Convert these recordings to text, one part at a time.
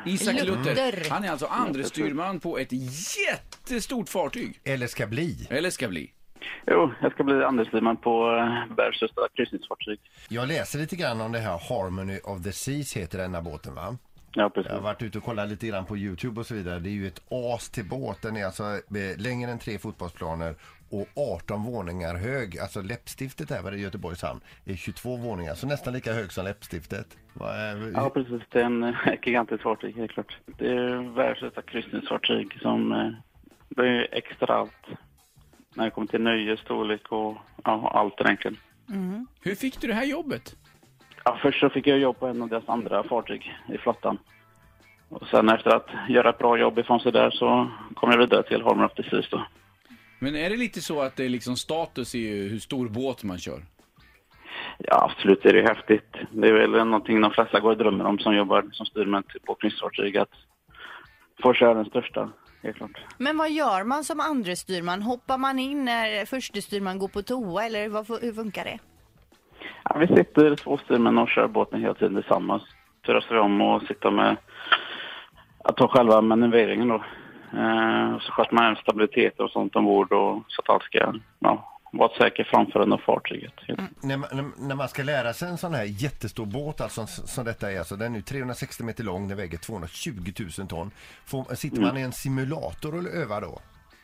Isak Luther, han är alltså andre styrman på ett jättestort fartyg. Eller ska bli. Jo, jag ska bli andre styrman på Bergs största kryssningsfartyg. Jag läser lite grann om det här. Harmony of the Seas heter denna båten, va? Ja, precis. Jag har varit ute och kollat lite grann på YouTube och så vidare. Det är ju ett as till båt. Den är alltså längre än 3 fotbollsplaner och 18 våningar hög. Alltså läppstiftet här i Göteborgs hamn är 22 våningar, så nästan lika hög som läppstiftet. Ja, precis. Det är en gigantisk fartyg, helt klart. Det är världens största kryssningsfartyg som det är extra allt när det kommer till nöje, storlek och allt egentligen. Mm. Hur fick du det här jobbet? Ja, först så fick jag jobb på en av deras andra fartyg i flottan. Och sen efter att göra ett bra jobb ifrån sig där så kom jag vidare till Harmony of the Seas då. Men är det lite så att det är liksom status i hur stor båt man kör? Ja, absolut, det är häftigt. Det är väl någonting de flesta går och drömmer om som jobbar som styrmän på kryssningsfartyg, att få köra den största, helt klart. Men vad gör man som andre styrman? Hoppar man in när första styrman går på toa, eller hur funkar det? Ja, vi sitter 2 styrmän och kör båten hela tiden tillsammans. Turas vi om och sitta med att ta själva manövreringen då. Så sköter man stabilitet och sånt ombord och så att allt ska vara säker framför av fartyget. När man ska lära sig en sån här jättestor båt, alltså som detta är, alltså, den är nu 360 meter lång, den väger 220 000 ton. Sitter man i en simulator och övar då?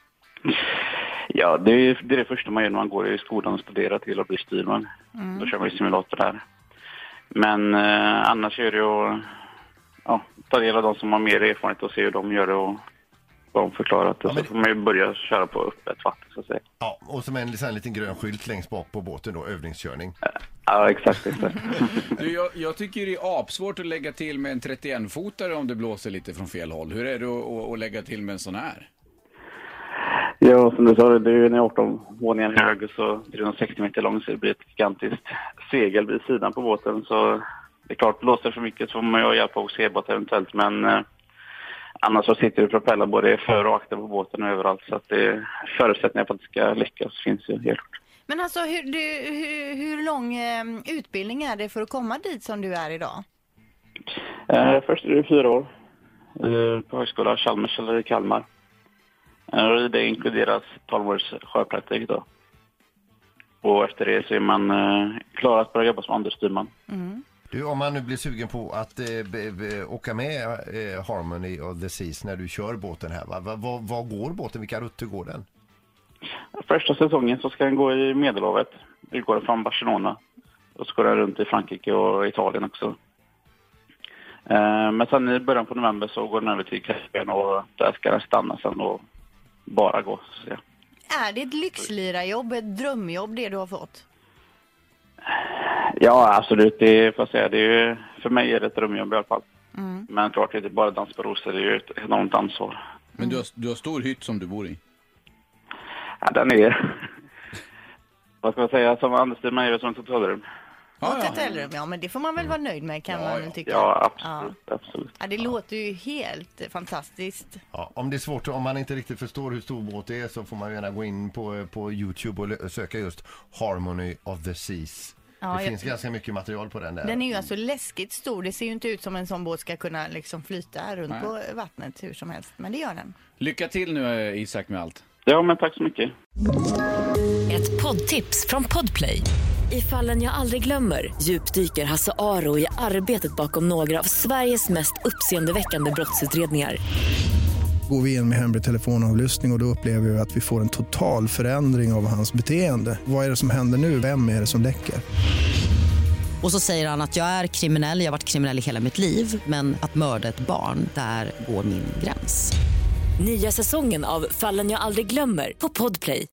Ja, det är det första man gör när man går i skolan och studerar till att bli styrman. Då kör man i simulator där. Men annars är det ju ta del av de som har mer erfarenhet och se hur de gör det och vad de förklarat. Ja, så får man ju börja köra på öppet vatten, så att säga. Ja, och som en liten grön skylt längst bak på båten då, övningskörning. Ja, exakt. Jag tycker det är apsvårt att lägga till med en 31-fotare om det blåser lite från fel håll. Hur är det att lägga till med en sån här? Ja, som du sa, det är ju 18 våningar hög och så 360 meter lång, så det blir ett gigantiskt segel vid sidan på båten. Så det är klart, blåser för mycket så får man ju hjälpa och segelbåt eventuellt, men annars så sitter det propeller både för och akter på båten och överallt, så att det förutsättningar för att det ska lyckas finns ju helt klart. Men alltså hur lång utbildning är det för att komma dit som du är idag? Först är det 4 år på högskola Chalmers eller i Kalmar. Det inkluderas 12 års sjöpraktik då. Och efter det så är man klar att börja jobba som andre styrman. Mm. Du, om man nu blir sugen på att åka med Harmony of the Seas när du kör båten här, vad går båten? Vilka rutter går den? Första säsongen så ska den gå i Medelhavet. Vi går från Barcelona och så går den runt i Frankrike och Italien också. Men sen i början på november så går den över till Karibien och där ska den stanna sen och bara gå. Så, ja. Är det ett lyxlirarjobb, ett drömjobb det du har fått? Ja, absolut. Det får säga. Det är ju, för mig är det ett drömjobb i alla fall. Mm. Men klart det är inte bara dans på rosor, det är ju ett enormt ansvar. Men du har stor hytt som du bor i? Ja, den är... Vad ska man säga? Som andre styrman är det som ett hotellrum. Ja, men det får man väl vara nöjd med, kan man väl tycka. Ja, absolut. Ja, det låter ju helt fantastiskt. Ja, om det är svårt, om man inte riktigt förstår hur stor båt det är, så får man gärna gå in på YouTube och söka just Harmony of the Seas. Ja, det finns ganska mycket material på den där. Den är ju alltså läskigt stor. Det ser ju inte ut som en sån båt ska kunna liksom flyta runt på vattnet hur som helst. Men det gör den. Lycka till nu, Isak, med allt. Ja, men tack så mycket. Ett poddtips från Podplay. I Fallen jag aldrig glömmer djupdyker Hasse Aro i arbetet bakom några av Sveriges mest uppseendeväckande brottsutredningar. Går vi in med hemlig telefonavlyssning och då upplever vi att vi får en total förändring av hans beteende. Vad är det som händer nu? Vem är det som läcker? Och så säger han att jag är kriminell, jag har varit kriminell i hela mitt liv. Men att mörda ett barn, där går min gräns. Nya säsongen av Fallen jag aldrig glömmer på Podplay.